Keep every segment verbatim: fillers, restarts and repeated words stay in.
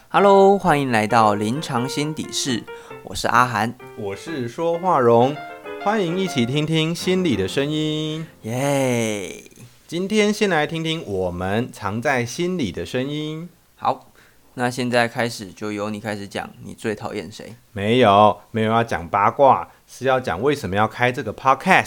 Hello，欢迎来到临床心底室，我是阿涵， 我是说话荣，欢迎一起听听心里的声音， 耶、yeah 今天先来听听我们藏在心里的声音。 好，那现在开始就由你开始讲，你最讨厌谁？ 没有，没有要讲八卦，是要讲为什么要开这个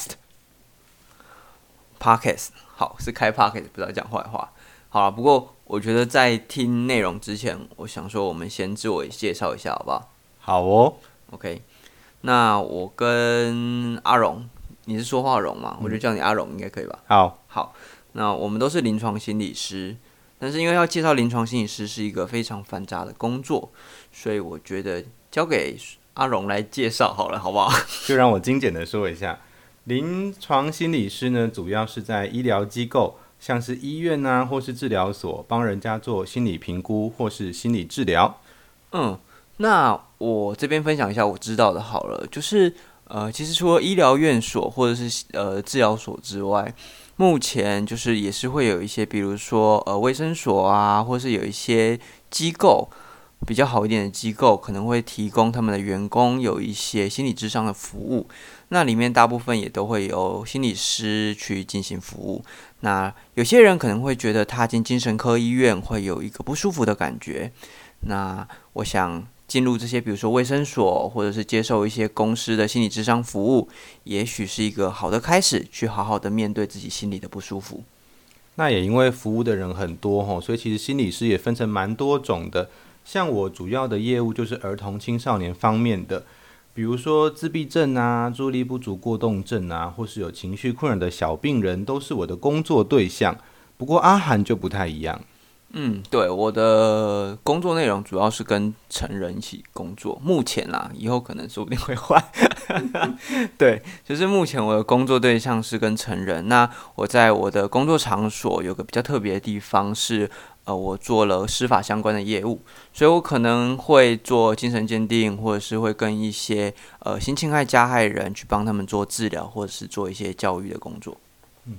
podcast。podcast， 好，是开 podcast， 不知道讲坏话。好了，不过我觉得在听内容之前，我想说我们先自我介绍一下，好不好？ 好哦 ，OK。那我跟阿荣，你是说话荣嘛？嗯、我就叫你阿荣，应该可以吧？ 好， 好。那我们都是临床心理师，但是因为要介绍临床心理师是一个非常繁杂的工作，所以我觉得交给阿荣来介绍好了，好不好？ 就让我精简的说一下，临床心理师呢，主要是在医疗机构。像是医院啊，或是治疗所，帮人家做心理评估或是心理治疗。 嗯，那我这边分享一下我知道的好了，就是呃，其实除了医疗院所或者是呃治疗所之外，目前就是也是会有一些，比如说呃卫生所啊，或是有一些机构比较好一点的机构，可能会提供他们的员工有一些心理咨商的服务。那里面大部分也都会由心理师去进行服务。那有些人可能会觉得踏进精神科医院会有一个不舒服的感觉。那我想进入这些，比如说卫生所，或者是接受一些公司的心理咨商服务，也许是一个好的开始，去好好的面对自己心里的不舒服。 那也因为服务的人很多，所以其实心理师也分成蛮多种的。像我主要的业务就是儿童青少年方面的。比如说自闭症啊、注意力不足过动症啊，或是有情绪困扰的小病人，都是我的工作对象。不过阿涵就不太一样。 嗯，对，我的工作内容主要是跟成人一起工作。目前啦，以后可能说不定会换。对，就是目前我的工作对象是跟成人。那我在我的工作场所有个比较特别的地方是。呃，我做了司法相关的业务，所以我可能会做精神鉴定，或者是会跟一些呃性侵害加害人去帮他们做治疗，或者是做一些教育的工作。嗯，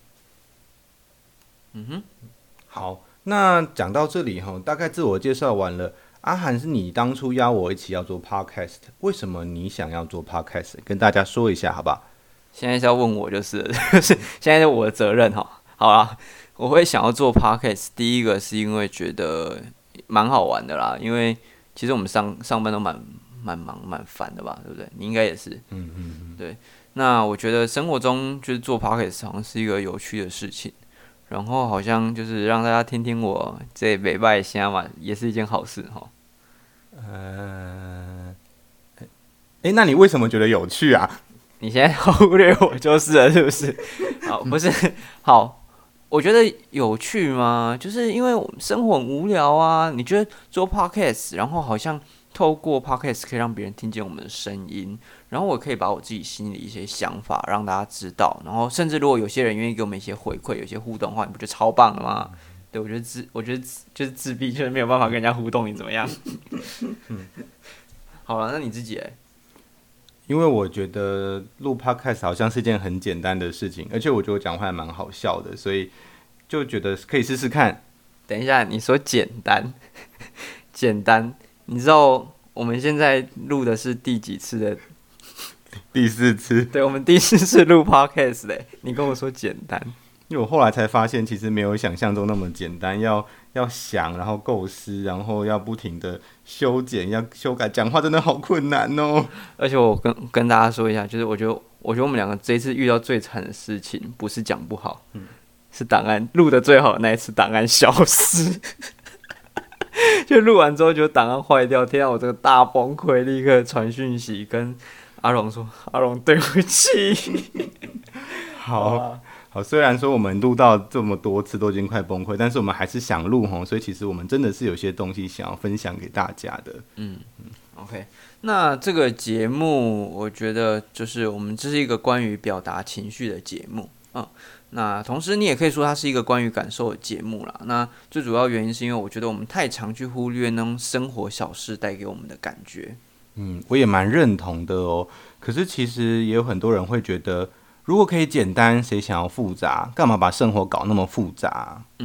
嗯哼，好，那讲到这里哈，大概自我介绍完了。阿涵是你当初邀我一起要做 podcast， 为什么你想要做 podcast？ 跟大家说一下好不好？ 现在是要问我就是了，就是现在是我的责任哈。好啦。我会想要做 podcast， 第一个是因为觉得蛮好玩的啦，因为其实我们上上班都蛮蛮忙蛮烦的吧，对不对？你应该也是，嗯嗯嗯，对。那我觉得生活中就是做 podcast 好像是一个有趣的事情，然后好像就是让大家听听我这礼拜声嘛，也是一件好事哈。 呃，哎，那你为什么觉得有趣啊？ 你现在忽略我就是了，是不是？好，不是好。我觉得有趣吗？就是因为我们生活很无聊啊。你觉得做 podcast， 然后好像透过 podcast 可以让别人听见我们的声音，然后我可以把我自己心里一些想法让大家知道，然后甚至如果有些人愿意给我们一些回馈，有些互动的话，你不觉得超棒的吗？对，我觉得自我觉得就是自闭，就是没有办法跟人家互动，你怎么样？好了，那你自己欸？ 因为我觉得录 podcast 好像是一件很简单的事情，而且我觉得我讲话还蛮好笑的，所以就觉得可以试试看。 等一下，你说简单，简单，你知道我们现在录的是第几次的？ 第四次。 对，我们第四次录 podcast 嘞。你跟我说简单， 因为我后来才发现，其实没有想象中那么简单，要要想，然后构思，然后要不停的修剪，要修改，讲话真的好困难哦。 而且我跟跟大家说一下，就是我觉得，我觉得我们两个这一次遇到最惨的事情，不是讲不好，嗯、是档案录的最好的那一次档案消失。就录完之后，就档案坏掉，天啊，我这个大崩溃，立刻传讯息跟阿荣说：“阿荣，对不起。” 好。好，虽然说我们录到这么多次都已经快崩溃，但是我们还是想录吼，所以其实我们真的是有些东西想要分享给大家的。嗯嗯 ，OK， 那这个节目我觉得就是我们这是一个关于表达情绪的节目，嗯，那同时你也可以说它是一个关于感受的节目啦。那最主要原因是因为我觉得我们太常去忽略那种生活小事带给我们的感觉。 嗯，我也蛮认同的哦。可是其实也有很多人会觉得。如果可以简单，谁想要复杂？干嘛把生活搞那么复杂？ 嗯，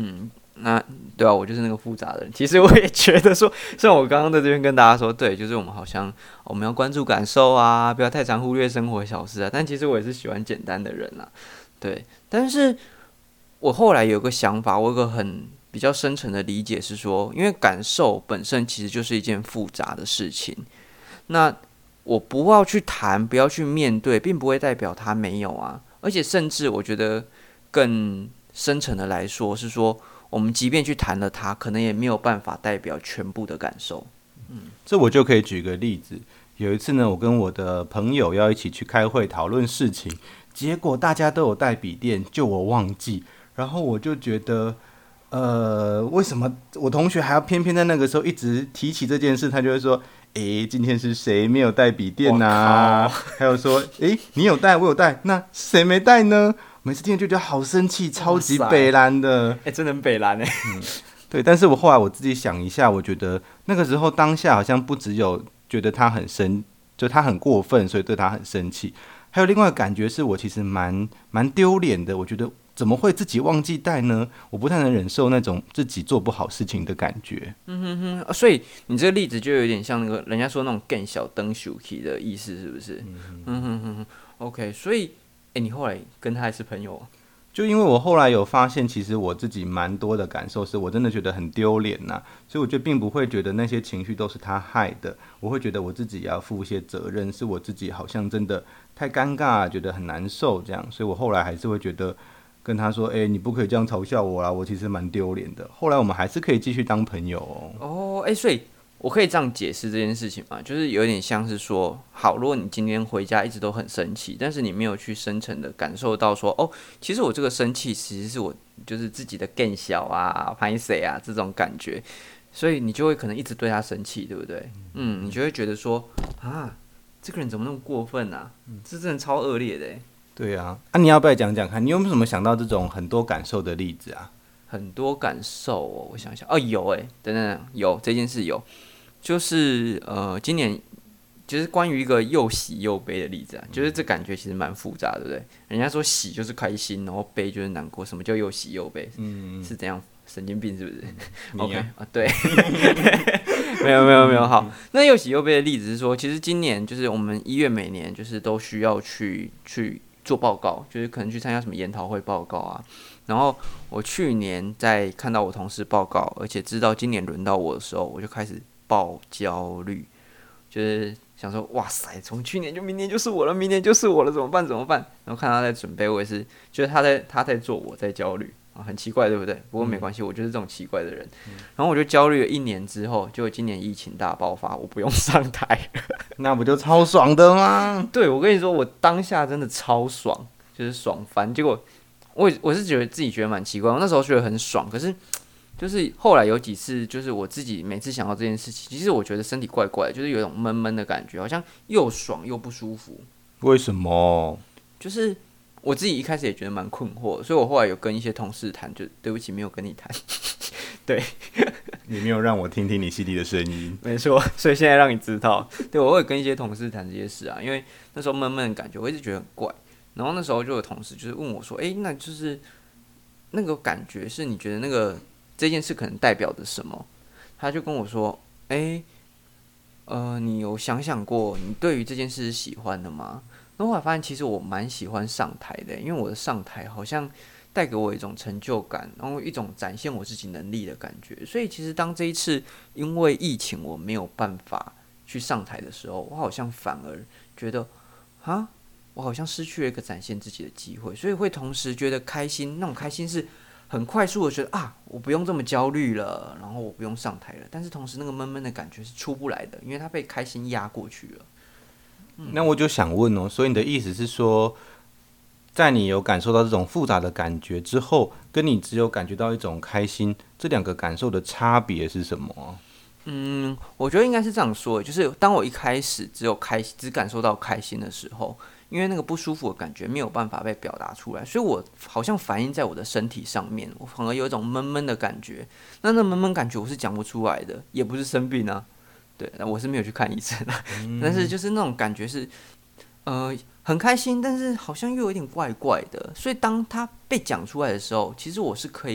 那对啊，我就是那个复杂的人。其实我也觉得说，像我刚刚在这边跟大家说，对，就是我们好像我们要关注感受啊，不要太常忽略生活小事啊。但其实我也是喜欢简单的人啊，对。但是我后来有个想法，我有个很比较深层的理解是说，因为感受本身其实就是一件复杂的事情，那我不要去谈，不要去面对，并不会代表它没有啊。而且甚至我觉得更深层的来说，是说我们即便去谈了它，可能也没有办法代表全部的感受。 嗯，这我就可以举个例子。有一次呢，我跟我的朋友要一起去开会讨论事情，结果大家都有带笔电，就我忘记。然后我就觉得，呃，为什么我同学还要偏偏在那个时候一直提起这件事？他就会说：“诶，今天是谁没有带笔电啊？”还有说：“诶，你有带，我有带，那谁没带呢？”每次听就觉得好生气，超级北蓝的。 哎、欸，真的很北蓝哎。 嗯，对。但是我后来我自己想一下，我觉得那个时候当下好像不只有觉得他很生，就他很过分，所以对他很生气。还有另外一个感觉是我其实蛮蛮丢脸的。我觉得怎么会自己忘记带呢？我不太能忍受那种自己做不好事情的感觉。 嗯哼哼、啊，所以你这个例子就有点像那个人家说那种更小灯手气的意思，是不是？嗯哼哼哼 ，OK。所以，哎、欸，你后来跟他还是朋友啊？ 就因为我后来有发现，其实我自己蛮多的感受是我真的觉得很丢脸呐，所以我就并不会觉得那些情绪都是他害的，我会觉得我自己也要负一些责任，是我自己好像真的太尴尬，觉得很难受这样，所以我后来还是会觉得跟他说，哎、欸，你不可以这样嘲笑我啦，我其实蛮丢脸的。后来我们还是可以继续当朋友哦。 哦，哎、欸，所以我可以这样解释这件事情吗？就是有点像是说，好，如果你今天回家一直都很生气，但是你没有去深层的感受到说，哦，其实我这个生气其实是我就是自己的更小啊、拍谁啊这种感觉，所以你就会可能一直对他生气，对不对？嗯，你就会觉得说，啊，这个人怎么那么过分啊？这真的超恶劣的。 对啊，啊，你要不要讲讲看？你有没有什么想到这种很多感受的例子啊？ 很多感受哦，我想想，哦，有哎，等等，有这件事有。就是呃，今年就是关于一个又喜又悲的例子啊，就是这感觉其实蛮复杂，对不对？人家说喜就是开心，然后悲就是难过，什么叫又喜又悲？嗯，是怎样？神经病是不是、嗯、？OK 啊，对，没有没有没有，好，那又喜又悲的例子是说，其实今年就是我们医院每年就是都需要去去做报告，就是可能去参加什么研讨会报告啊。然后我去年在看到我同事报告，而且知道今年轮到我的时候，我就开始爆焦虑，就是想说，哇塞，从去年就明年就是我了，明年就是我了，怎么办？怎么办？然后看他在准备，我也是觉得他在他在做，我在焦虑啊，很奇怪，对不对？不过没关系，我就是这种奇怪的人。然后我就焦虑了一年之后，结果今年疫情大爆发，我不用上台了， 那不就超爽的吗？ 对，我跟你说，我当下真的超爽，就是爽翻。结果我我是觉得自己觉得蛮奇怪，我那时候觉得很爽，可是。就是后来有几次，就是我自己每次想到这件事情，其实我觉得身体怪怪的，就是有一种闷闷的感觉，好像又爽又不舒服。 为什么？ 就是我自己一开始也觉得蛮困惑，所以我后来有跟一些同事谈，就对不起，没有跟你谈。对， 你没有让我听听你心里的声音。 没错，所以现在让你知道。对，我会跟一些同事谈这些事啊，因为那时候闷闷的感觉，我一直觉得很怪。然后那时候就有同事就是问我说：“哎、欸，那就是那个感觉是你觉得那个？”这件事可能代表着什么？他就跟我说：“哎、欸，呃，你有想想过，你对于这件事是喜欢的吗？”然后我发现，其实我蛮喜欢上台的，因为我的上台好像带给我一种成就感，然后一种展现我自己能力的感觉。所以，其实当这一次因为疫情我没有办法去上台的时候，我好像反而觉得，啊，我好像失去了一个展现自己的机会，所以会同时觉得开心，那种开心是。很快速的觉得啊，我不用这么焦虑了，然后我不用上台了。但是同时那个闷闷的感觉是出不来的，因为它被开心压过去了。 嗯、那我就想问哦，所以你的意思是说，在你有感受到这种复杂的感觉之后，跟你只有感觉到一种开心，这两个感受的差别是什么？ 嗯，我觉得应该是这样说的，就是当我一开始只有开只感受到开心的时候。因为那个不舒服的感觉没有办法被表达出来，所以我好像反映在我的身体上面，我反而有一种闷闷的感觉。那那闷闷感觉我是讲不出来的，也不是生病啊，对，我是没有去看医生啊，嗯、但是就是那种感觉是，呃，很开心，但是好像又有点怪怪的。所以当它被讲出来的时候，其实我是可以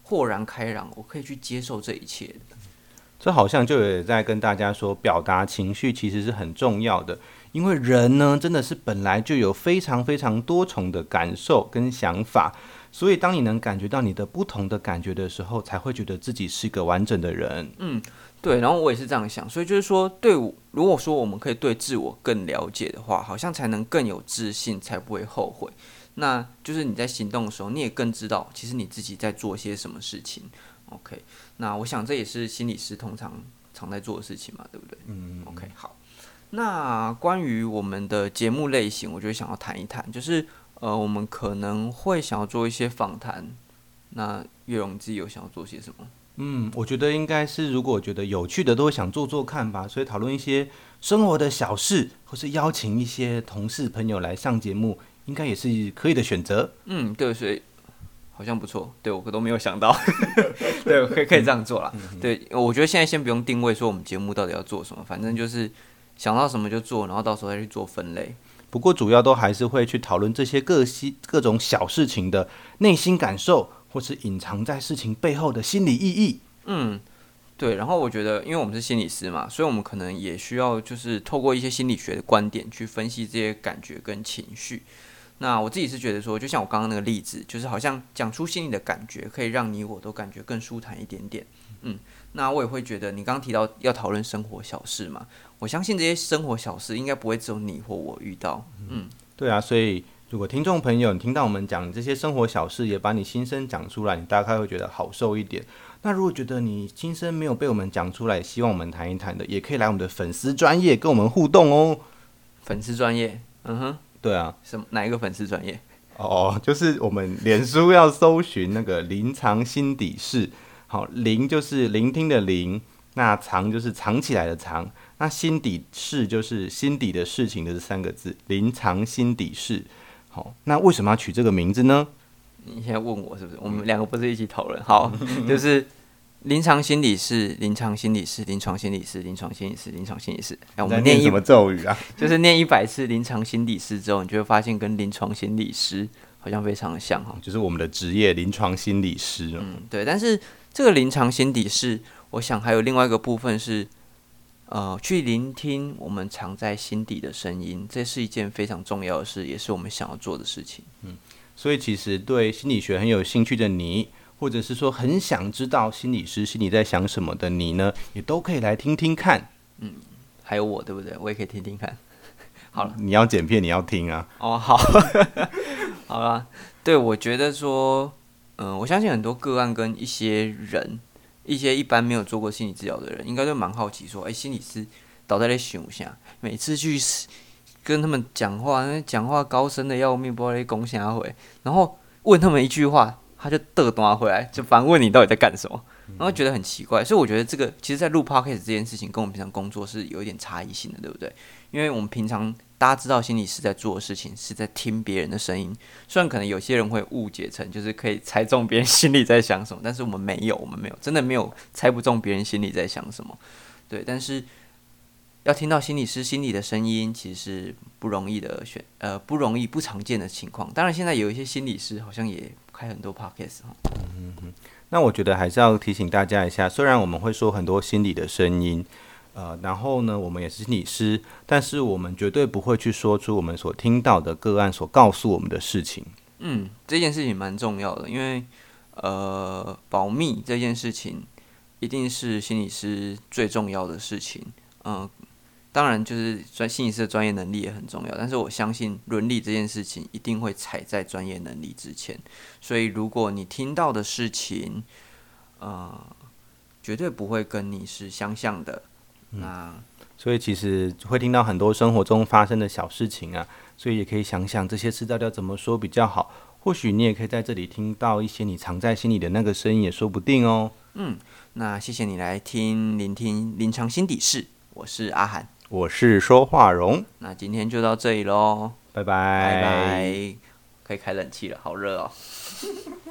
豁然开朗，我可以去接受这一切的。 这好像就有在跟大家说，表达情绪其实是很重要的，因为人呢真的是本来就有非常非常多重的感受跟想法，所以当你能感觉到你的不同的感觉的时候，才会觉得自己是一个完整的人。 嗯，对，然后我也是这样想，所以就是说，对我，如果说我们可以对自我更了解的话，好像才能更有自信，才不会后悔。那就是你在行动的时候，你也更知道其实你自己在做些什么事情。OK， 那我想这也是心理师通常常在做的事情嘛，对不对？ 嗯 ，OK， 好。那关于我们的节目类型，我就想要谈一谈，就是呃，我们可能会想要做一些访谈。那月荣，你自己有想要做些什么？ 嗯，我觉得应该是，如果觉得有趣的，都会想做做看吧。所以讨论一些生活的小事，或是邀请一些同事朋友来上节目，应该也是可以的选择。 嗯，对，所以好像不错。对，我都没有想到，对，可以可以这样做啦。对，我觉得现在先不用定位说我们节目到底要做什么，反正就是想到什么就做，然后到时候再去做分类。 不过主要都还是会去讨论这些各西各种小事情的内心感受，或是隐藏在事情背后的心理意义。 嗯，对。然后我觉得，因为我们是心理师嘛，所以我们可能也需要就是透过一些心理学的观点去分析这些感觉跟情绪。那我自己是觉得说，就像我刚刚那个例子，就是好像讲出心里的感觉，可以让你我都感觉更舒坦一点点。嗯，那我也会觉得，你刚刚提到要讨论生活小事嘛，我相信这些生活小事应该不会只有你或我遇到。嗯， 对啊，所以如果听众朋友你听到我们讲这些生活小事，也把你心声讲出来，你大概会觉得好受一点。那如果觉得你心声没有被我们讲出来，希望我们谈一谈的，也可以来我们的粉丝专页跟我们互动哦。 粉丝专页，嗯哼。 对啊， 什么哪一个粉丝专页？ 哦，就是我们脸书要搜寻那个临藏心底事，好，聆就是聆听的聆，那藏就是藏起来的藏，那心底事就是心底的事情的这三个字，临藏心底事。好，那为什么要取这个名字呢？ 你现在问我是不是？我们两个不是一起讨论？好，就是临床心理师，临床心理师，临床心理师，临床心理师，临床心理师。哎，我们念什么咒语啊？ 就是念一百次临床心理师之后，你就会发现跟临床心理师好像非常的像哈。 就是我们的职业临床心理师。 嗯，对。但是这个临床心理师，我想还有另外一个部分是，呃，去聆听我们藏在心底的声音，这是一件非常重要的事，也是我们想要做的事情。 嗯，所以其实对心理学很有兴趣的你，或者是说很想知道心理师心里在想什么的你呢，也都可以来听听看。 嗯，还有我对不对？我也可以听听看。好了， 你要剪片，你要听啊。 哦，好，好啦。对，我觉得说，嗯、呃，我相信很多个案跟一些人，一些一般没有做过心理治疗的人，应该都蛮好奇说，哎、欸，心理师倒在在想啥？每次去跟他们讲话，那讲话高深的要命，不知道在讲啥回，然后问他们一句话，他就得端回来，就反问你到底在干什么，然后觉得很奇怪。所以我觉得这个其实，在录 podcast 这件事情，跟我们平常工作是有一点差异性的，对不对？因为我们平常大家知道心理师在做的事情是在听别人的声音，虽然可能有些人会误解成就是可以猜中别人心里在想什么，但是我们没有，我们没有，真的没有猜不中别人心里在想什么。对，但是要听到心理师心里的声音，其实是不容易的选，呃，不容易、不常见的情况。当然，现在有一些心理师好像也开很多 podcast 哈。 嗯哼，那我觉得还是要提醒大家一下，虽然我们会说很多心理的声音。呃，然后呢，我们也是心理师，但是我们绝对不会去说出我们所听到的个案所告诉我们的事情。 嗯，这件事情蛮重要的，因为呃，保密这件事情一定是心理师最重要的事情。嗯、呃，当然就是专心理师的专业能力也很重要，但是我相信伦理这件事情一定会踩在专业能力之前。所以，如果你听到的事情，呃，绝对不会跟你是相像的。那所以其实会听到很多生活中发生的小事情啊，所以也可以想想这些事到底要怎么说比较好。或许你也可以在这里听到一些你藏在心里的那个声音，也说不定哦。 嗯，那谢谢你来听聆听临床心底事，我是阿涵， 我是说话荣， 那今天就到这里咯， 拜拜， 拜拜，可以开冷气了，好热哦。